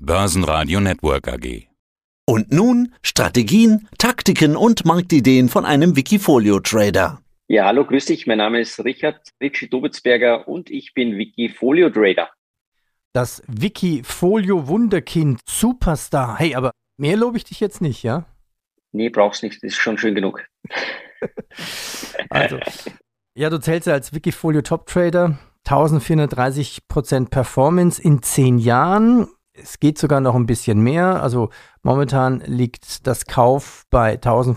Börsenradio Network AG. Und nun Strategien, Taktiken und Marktideen von einem Wikifolio-Trader. Ja, hallo, grüß dich. Mein Name ist Richard-Dobitzberger und ich bin Wikifolio-Trader. Das Wikifolio-Wunderkind, Superstar. Hey, aber mehr lobe ich dich jetzt nicht, ja? Nee, brauchst nicht. Das ist schon schön genug. Also, ja, du zählst ja als Wikifolio-Top-Trader. 1430% Performance in 10 Jahren. Es geht sogar noch ein bisschen mehr. Also momentan liegt das Kauf bei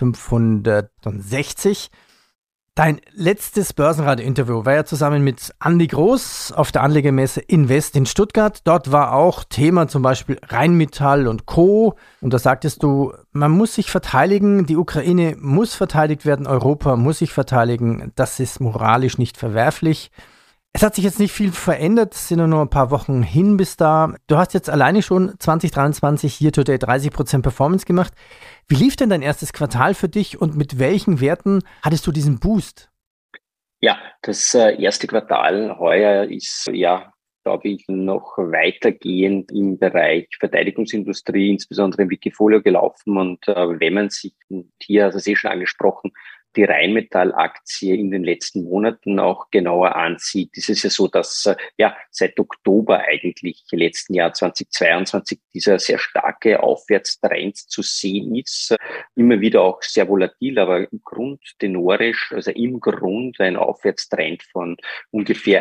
1560. Dein letztes Börsenradio-Interview war ja zusammen mit Andi Groß auf der Anlegermesse Invest in Stuttgart. Dort war auch Thema zum Beispiel Rheinmetall und Co. Und da sagtest du, man muss sich verteidigen, die Ukraine muss verteidigt werden, Europa muss sich verteidigen. Das ist moralisch nicht verwerflich. Es hat sich jetzt nicht viel verändert, es sind nur ein paar Wochen hin bis da. Du hast jetzt alleine schon 2023 Year-to-Date 30% Performance gemacht. Wie lief denn dein erstes Quartal für dich und mit welchen Werten hattest du diesen Boost? Ja, das erste Quartal heuer ist, glaube ich, noch weitergehend im Bereich Verteidigungsindustrie, insbesondere im Wikifolio gelaufen. Und wenn man sich hier, also das schon angesprochen, die Rheinmetall-Aktie in den letzten Monaten auch genauer ansieht, ist es ja so, dass seit Oktober eigentlich letzten Jahr 2022 dieser sehr starke Aufwärtstrend zu sehen ist. Immer wieder auch sehr volatil, aber im Grund tenorisch, also im Grund ein Aufwärtstrend von ungefähr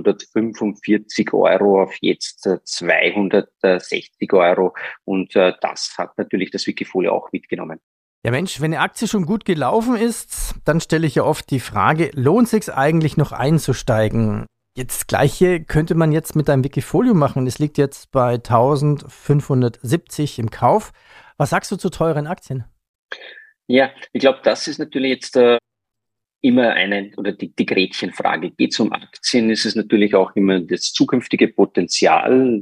145 Euro auf jetzt 260 Euro. Und das hat natürlich das Wikifolio auch mitgenommen. Ja Mensch, wenn eine Aktie schon gut gelaufen ist, dann stelle ich ja oft die Frage, lohnt es sich eigentlich noch einzusteigen? Jetzt das Gleiche könnte man jetzt mit deinem Wikifolio machen. Es liegt jetzt bei 1570 im Kauf. Was sagst du zu teuren Aktien? Ja, ich glaube, das ist natürlich jetzt immer die Gretchenfrage. Geht es um Aktien, ist es natürlich auch immer das zukünftige Potenzial,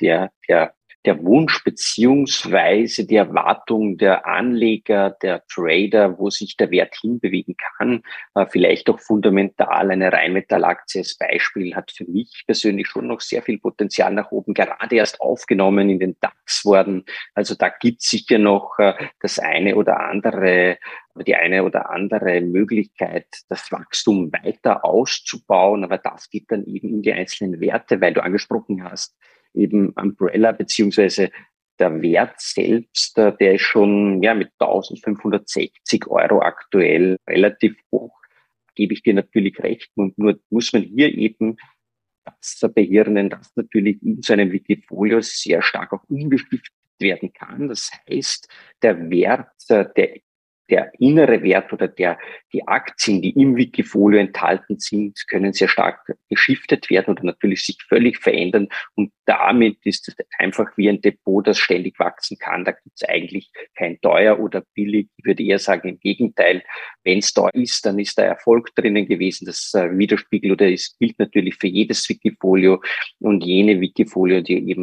der Wunsch beziehungsweise die Erwartung der Anleger, der Trader, wo sich der Wert hinbewegen kann. Vielleicht auch fundamental eine Rheinmetall-Aktie als Beispiel hat für mich persönlich schon noch sehr viel Potenzial nach oben, gerade erst aufgenommen in den DAX worden. Also da gibt es sicher noch die eine oder andere Möglichkeit, das Wachstum weiter auszubauen. Aber das geht dann eben in die einzelnen Werte, weil du angesprochen hast, eben Umbrella beziehungsweise der Wert selbst, der ist schon mit 1560 Euro aktuell relativ hoch, gebe ich dir natürlich recht. Und nur muss man hier eben das behirnen, dass natürlich in so einem Wikifolio sehr stark auch umgeschichtet werden kann. Das heißt, der Wert, der innere Wert oder die Aktien, die im Wikifolio enthalten sind, können sehr stark geschiftet werden oder natürlich sich völlig verändern. Und damit ist es einfach wie ein Depot, das ständig wachsen kann. Da gibt es eigentlich kein teuer oder billig. Ich würde eher sagen, im Gegenteil, wenn es teuer ist, dann ist da Erfolg drinnen gewesen. Das widerspiegelt oder es gilt natürlich für jedes Wikifolio und jene Wikifolios,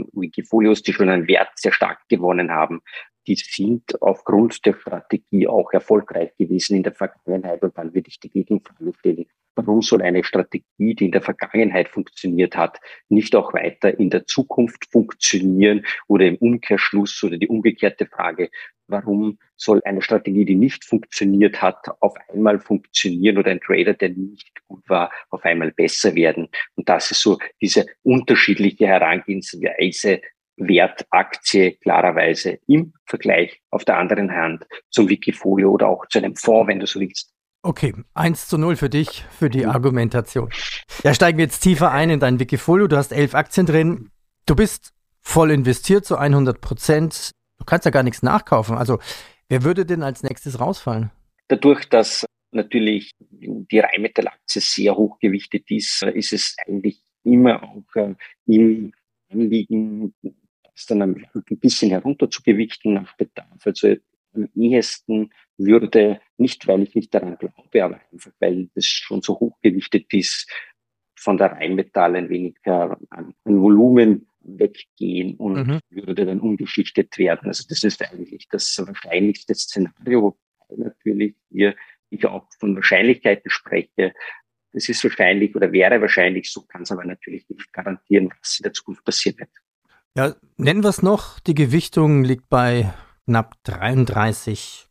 die schon einen Wert sehr stark gewonnen haben, die sind aufgrund der Strategie auch erfolgreich gewesen in der Vergangenheit. Und dann würde ich die Gegenfrage stellen, warum soll eine Strategie, die in der Vergangenheit funktioniert hat, nicht auch weiter in der Zukunft funktionieren? Oder im Umkehrschluss oder die umgekehrte Frage, warum soll eine Strategie, die nicht funktioniert hat, auf einmal funktionieren oder ein Trader, der nicht gut war, auf einmal besser werden? Und das ist so diese unterschiedliche Herangehensweise, Wert, Aktie klarerweise im Vergleich auf der anderen Hand zum Wikifolio oder auch zu einem Fonds, wenn du so willst. Okay, 1:0 für dich, für die Argumentation. Ja, steigen wir jetzt tiefer ein in dein Wikifolio. Du hast 11 Aktien drin. Du bist voll investiert zu 100%. Du kannst ja gar nichts nachkaufen. Also, wer würde denn als nächstes rausfallen? Dadurch, dass natürlich die Rheinmetall-Aktie sehr hochgewichtet ist, ist es eigentlich immer auch im Anliegen, das dann ein bisschen herunter zu gewichten nach Bedarf. Also am ehesten würde, nicht weil ich nicht daran glaube, aber einfach weil das schon so hochgewichtet ist, von der Rheinmetall ein wenig an Volumen weggehen und würde dann umgeschichtet werden. Also das ist eigentlich das wahrscheinlichste Szenario, weil natürlich ich auch von Wahrscheinlichkeiten spreche. Das ist wahrscheinlich oder wäre wahrscheinlich, so kann es aber natürlich nicht garantieren, was in der Zukunft passieren wird. Ja, nennen wir es noch. Die Gewichtung liegt bei knapp 33%.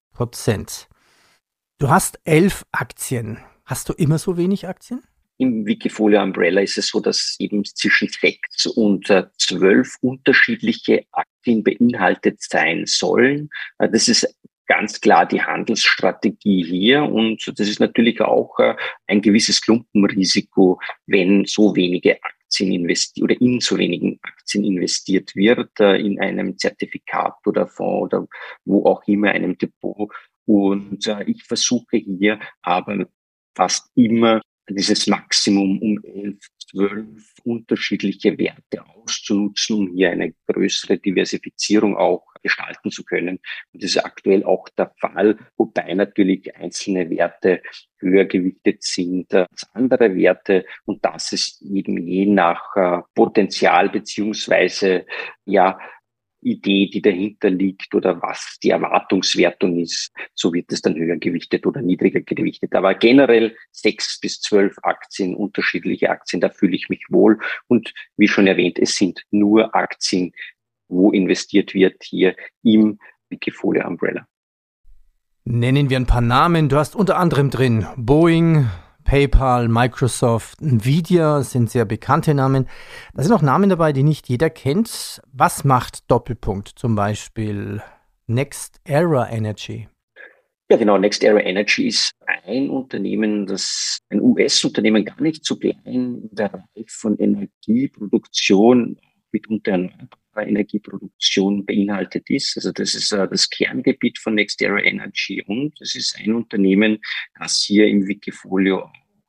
Du hast 11 Aktien. Hast du immer so wenig Aktien? Im Wikifolio Umbrella ist es so, dass eben zwischen 6 und 12 unterschiedliche Aktien beinhaltet sein sollen. Das ist ganz klar die Handelsstrategie hier und das ist natürlich auch ein gewisses Klumpenrisiko, wenn so wenige Aktien investiert oder in so wenigen Aktien investiert wird, in einem Zertifikat oder Fonds oder wo auch immer, einem Depot. Und ich versuche hier aber fast immer dieses Maximum um 11, 12 unterschiedliche Werte auszunutzen, um hier eine größere Diversifizierung auch gestalten zu können. Und das ist aktuell auch der Fall, wobei natürlich einzelne Werte höher gewichtet sind als andere Werte. Und das ist eben je nach Potenzial beziehungsweise ja Idee, die dahinter liegt oder was die Erwartungswertung ist, so wird es dann höher gewichtet oder niedriger gewichtet. Aber generell 6 bis 12 Aktien, unterschiedliche Aktien, da fühle ich mich wohl. Und wie schon erwähnt, es sind nur Aktien, wo investiert wird hier im Wikifolio Umbrella. Nennen wir ein paar Namen. Du hast unter anderem drin Boeing, PayPal, Microsoft, Nvidia sind sehr bekannte Namen. Da sind auch Namen dabei, die nicht jeder kennt. Was macht Doppelpunkt zum Beispiel NextEra Energy? Ja, genau. NextEra Energy ist ein Unternehmen, ein US-Unternehmen, gar nicht so klein im Bereich von Energieproduktion, mitunter erneuerbarer Energieproduktion beinhaltet ist. Also das ist das Kerngebiet von NextEra Energy und es ist ein Unternehmen, das hier im Wikifolio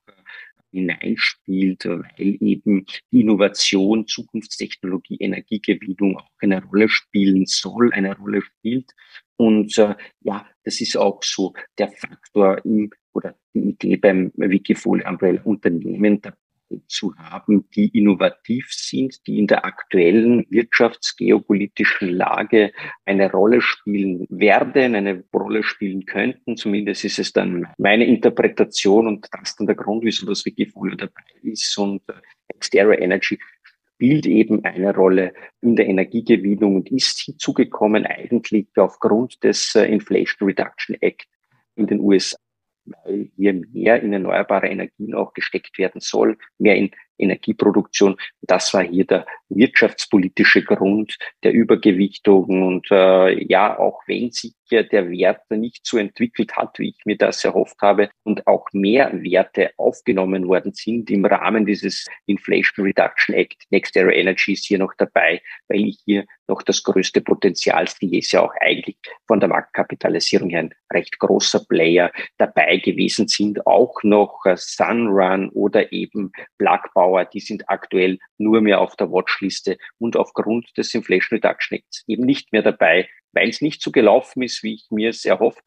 hineinspielt, weil eben die Innovation, Zukunftstechnologie, Energiegewinnung auch eine Rolle spielen soll, eine Rolle spielt. Und ja, das ist auch so der Faktor oder die Idee beim Wikifolio Umbrella Unternehmen zu haben, die innovativ sind, die in der aktuellen wirtschaftsgeopolitischen Lage eine Rolle spielen werden, eine Rolle spielen könnten. Zumindest ist es dann meine Interpretation und das dann der Grund, wieso das Wikifolio dabei ist. Und NextEra Energy spielt eben eine Rolle in der Energiegewinnung und ist hinzugekommen eigentlich aufgrund des Inflation Reduction Act in den USA, weil hier mehr in erneuerbare Energien auch gesteckt werden soll, mehr in Energieproduktion. Das war hier der wirtschaftspolitische Grund der Übergewichtung. Und ja, auch wenn sich der Wert nicht so entwickelt hat, wie ich mir das erhofft habe, und auch mehr Werte aufgenommen worden sind im Rahmen dieses Inflation Reduction Act, NextEra Energy ist hier noch dabei, weil ich hier noch das größte Potenzial sehe, ist ja auch eigentlich von der Marktkapitalisierung her ein recht großer Player dabei gewesen sind, auch noch Sunrun oder eben Plug Power, die sind aktuell nur mehr auf der Watchliste und aufgrund des Inflation Reduction Acts eben nicht mehr dabei, weil es nicht so gelaufen ist, wie ich mir es erhofft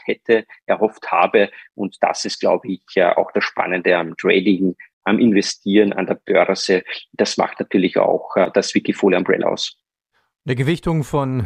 habe. Und das ist, glaube ich, auch das Spannende am Trading, am Investieren an der Börse. Das macht natürlich auch das Wikifolio Umbrella aus. Eine Gewichtung von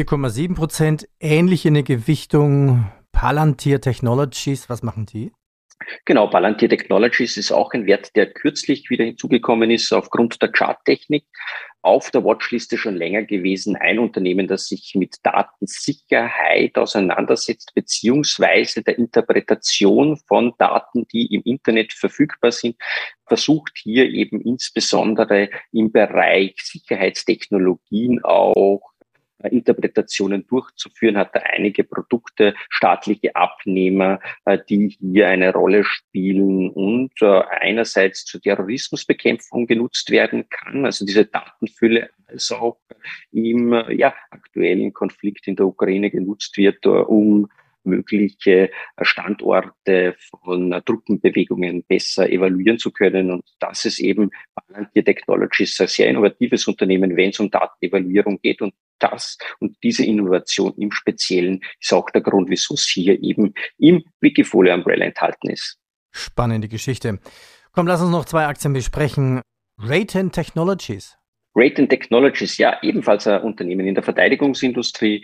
4,7%, ähnlich eine Gewichtung Palantir Technologies. Was machen die? Genau, Palantir Technologies ist auch ein Wert, der kürzlich wieder hinzugekommen ist aufgrund der Charttechnik. Auf der Watchliste schon länger gewesen. Ein Unternehmen, das sich mit Datensicherheit auseinandersetzt, beziehungsweise der Interpretation von Daten, die im Internet verfügbar sind, versucht hier eben insbesondere im Bereich Sicherheitstechnologien auch Interpretationen durchzuführen, hat er einige Produkte, staatliche Abnehmer, die hier eine Rolle spielen und einerseits zur Terrorismusbekämpfung genutzt werden kann, also diese Datenfülle, als auch im aktuellen Konflikt in der Ukraine genutzt wird, um mögliche Standorte von Truppenbewegungen besser evaluieren zu können. Und das ist eben Palantir Technologies, ein sehr innovatives Unternehmen, wenn es um Datenevaluierung geht. Und diese Innovation im Speziellen ist auch der Grund, wieso es hier eben im Wikifolio Umbrella enthalten ist. Spannende Geschichte. Komm, lass uns noch 2 Aktien besprechen. Raytheon Technologies. Raytheon Technologies, ja, ebenfalls ein Unternehmen in der Verteidigungsindustrie,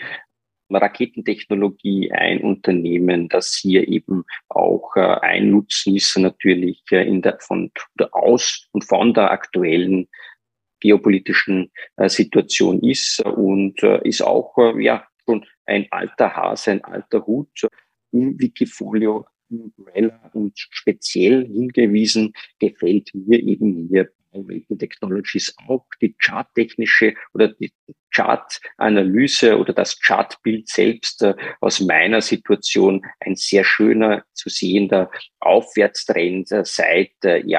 Raketentechnologie, ein Unternehmen, das hier eben auch ein Nutzen ist, natürlich von der aktuellen geopolitischen Situation ist und ist auch schon ein alter Hase, ein alter Hut im Wikifolio Umbrella und speziell hingewiesen, gefällt mir eben hier bei Rating Technologies auch die charttechnische oder die Chartanalyse oder das Chartbild selbst aus meiner Situation ein sehr schöner zu sehender Aufwärtstrend seit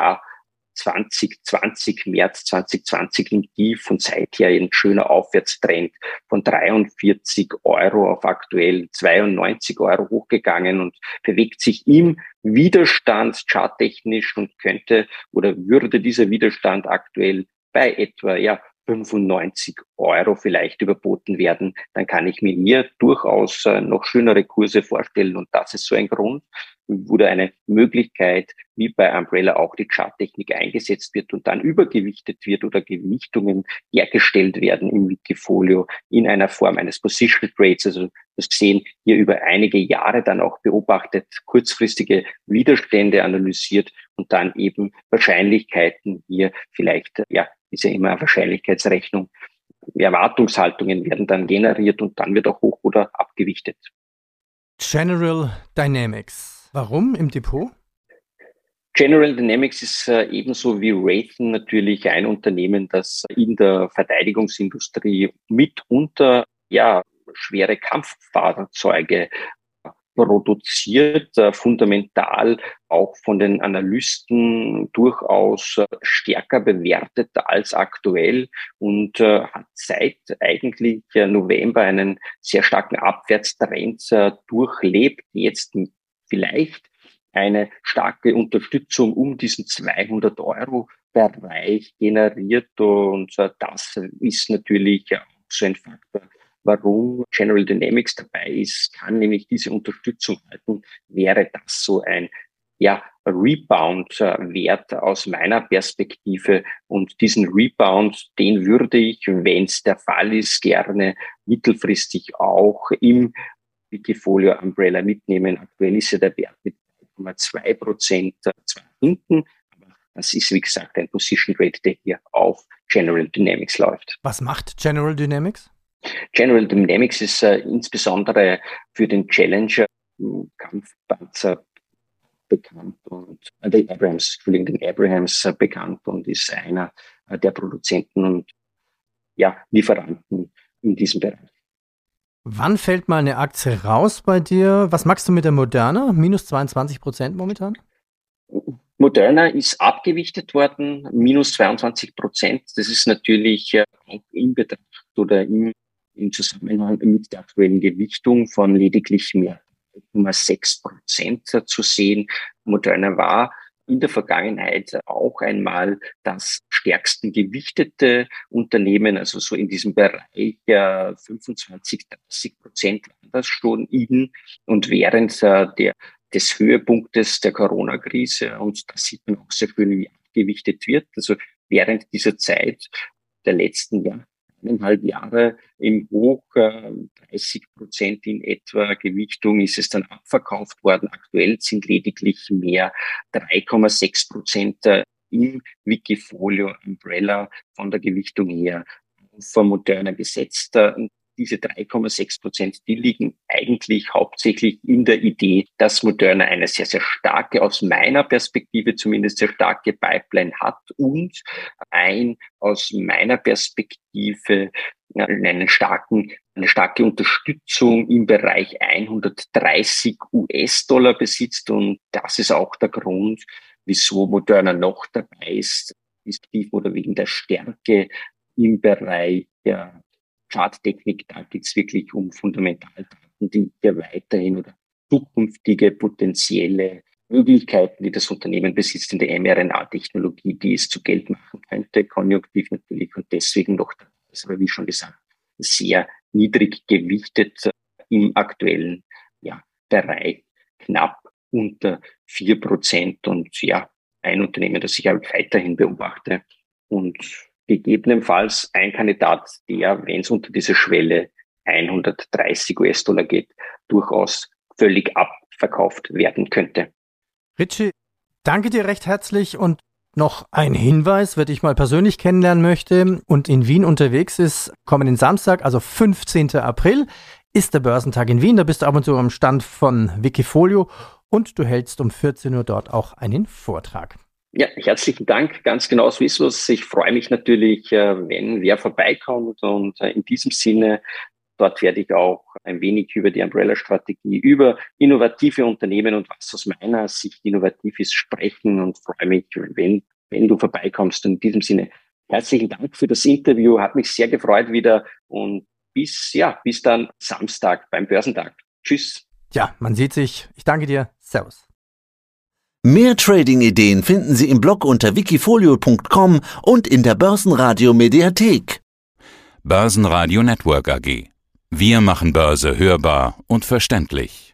2020, März 2020 im Tief und seither ein schöner Aufwärtstrend von 43 Euro auf aktuell 92 Euro hochgegangen und bewegt sich im Widerstand charttechnisch und könnte oder würde dieser Widerstand aktuell bei etwa 95 Euro vielleicht überboten werden, dann kann ich mir durchaus noch schönere Kurse vorstellen. Und das ist so ein Grund oder eine Möglichkeit, wie bei Umbrella auch die Charttechnik eingesetzt wird und dann übergewichtet wird oder Gewichtungen hergestellt werden im Wikifolio in einer Form eines Position Trades. Also das sehen hier über einige Jahre dann auch beobachtet, kurzfristige Widerstände analysiert und dann eben Wahrscheinlichkeiten hier vielleicht, ist ja immer eine Wahrscheinlichkeitsrechnung. Erwartungshaltungen werden dann generiert und dann wird auch hoch oder abgewichtet. General Dynamics. Warum im Depot? General Dynamics ist ebenso wie Raytheon natürlich ein Unternehmen, das in der Verteidigungsindustrie mitunter schwere Kampffahrzeuge produziert, fundamental auch von den Analysten durchaus stärker bewertet als aktuell und hat seit eigentlich November einen sehr starken Abwärtstrend durchlebt. Jetzt vielleicht eine starke Unterstützung um diesen 200 Euro Bereich generiert und das ist natürlich auch so ein Faktor, warum General Dynamics dabei ist, kann nämlich diese Unterstützung halten, wäre das so ein Rebound-Wert aus meiner Perspektive. Und diesen Rebound, den würde ich, wenn es der Fall ist, gerne mittelfristig auch im Wikifolio Umbrella mitnehmen. Aktuell ist ja der Wert mit 3,2% zwar hinten, aber das ist, wie gesagt, ein Position Trade, der hier auf General Dynamics läuft. Was macht General Dynamics? General Dynamics ist insbesondere für den Challenger Kampfpanzer bekannt und den Abrams bekannt und ist einer der Produzenten und Lieferanten in diesem Bereich. Wann fällt mal eine Aktie raus bei dir? Was machst du mit der Moderna? Minus 22% momentan? Moderna ist abgewichtet worden, minus 22%. Das ist natürlich auch in Betracht oder im Zusammenhang mit der aktuellen Gewichtung von lediglich mehr 0,6% zu sehen. Moderna war in der Vergangenheit auch einmal das stärksten gewichtete Unternehmen, also so in diesem Bereich 25-30% war das schon in und während des Höhepunktes der Corona-Krise und das sieht man auch sehr schön, wie abgewichtet wird. Also während dieser Zeit der letzten 1,5 Jahre im Hoch 30% in etwa Gewichtung ist es dann abverkauft worden. Aktuell sind lediglich mehr 3,6% im Wikifolio Umbrella von der Gewichtung her von Moderna gesetzt. Diese 3,6%, die liegen eigentlich hauptsächlich in der Idee, dass Moderna eine sehr, sehr starke, aus meiner Perspektive zumindest sehr starke Pipeline hat und aus meiner Perspektive eine starke Unterstützung im Bereich 130 US-Dollar besitzt. Und das ist auch der Grund, wieso Moderna noch dabei ist oder wegen der Stärke im Bereich der Charttechnik. Da geht es wirklich um Fundamentaldaten, die ja weiterhin oder zukünftige potenzielle Möglichkeiten, die das Unternehmen besitzt in der mRNA-Technologie, die es zu Geld machen könnte, konjunktiv natürlich und deswegen noch, aber wie schon gesagt, sehr niedrig gewichtet im aktuellen Bereich, knapp unter 4% und ein Unternehmen, das ich auch weiterhin beobachte und gegebenenfalls ein Kandidat, der, wenn es unter diese Schwelle 130 US-Dollar geht, durchaus völlig abverkauft werden könnte. Richie, danke dir recht herzlich und Noch ein Hinweis, wer dich mal persönlich kennenlernen möchte und in Wien unterwegs ist, kommenden Samstag, also 15. April, ist der Börsentag in Wien. Da bist du ab und zu am Stand von Wikifolio und du hältst um 14 Uhr dort auch einen Vortrag. Ja, herzlichen Dank. Ganz genau so ist es. Ich freue mich natürlich, wenn wer vorbeikommt und in diesem Sinne, dort werde ich auch ein wenig über die Umbrella-Strategie, über innovative Unternehmen und was aus meiner Sicht innovativ ist, sprechen und freue mich, wenn du vorbeikommst. Und in diesem Sinne, herzlichen Dank für das Interview. Hat mich sehr gefreut wieder und bis dann Samstag beim Börsentag. Tschüss. Ja, man sieht sich. Ich danke dir. Servus. Mehr Trading-Ideen finden Sie im Blog unter wikifolio.com und in der Börsenradio Mediathek. Börsenradio Network AG. Wir machen Börse hörbar und verständlich.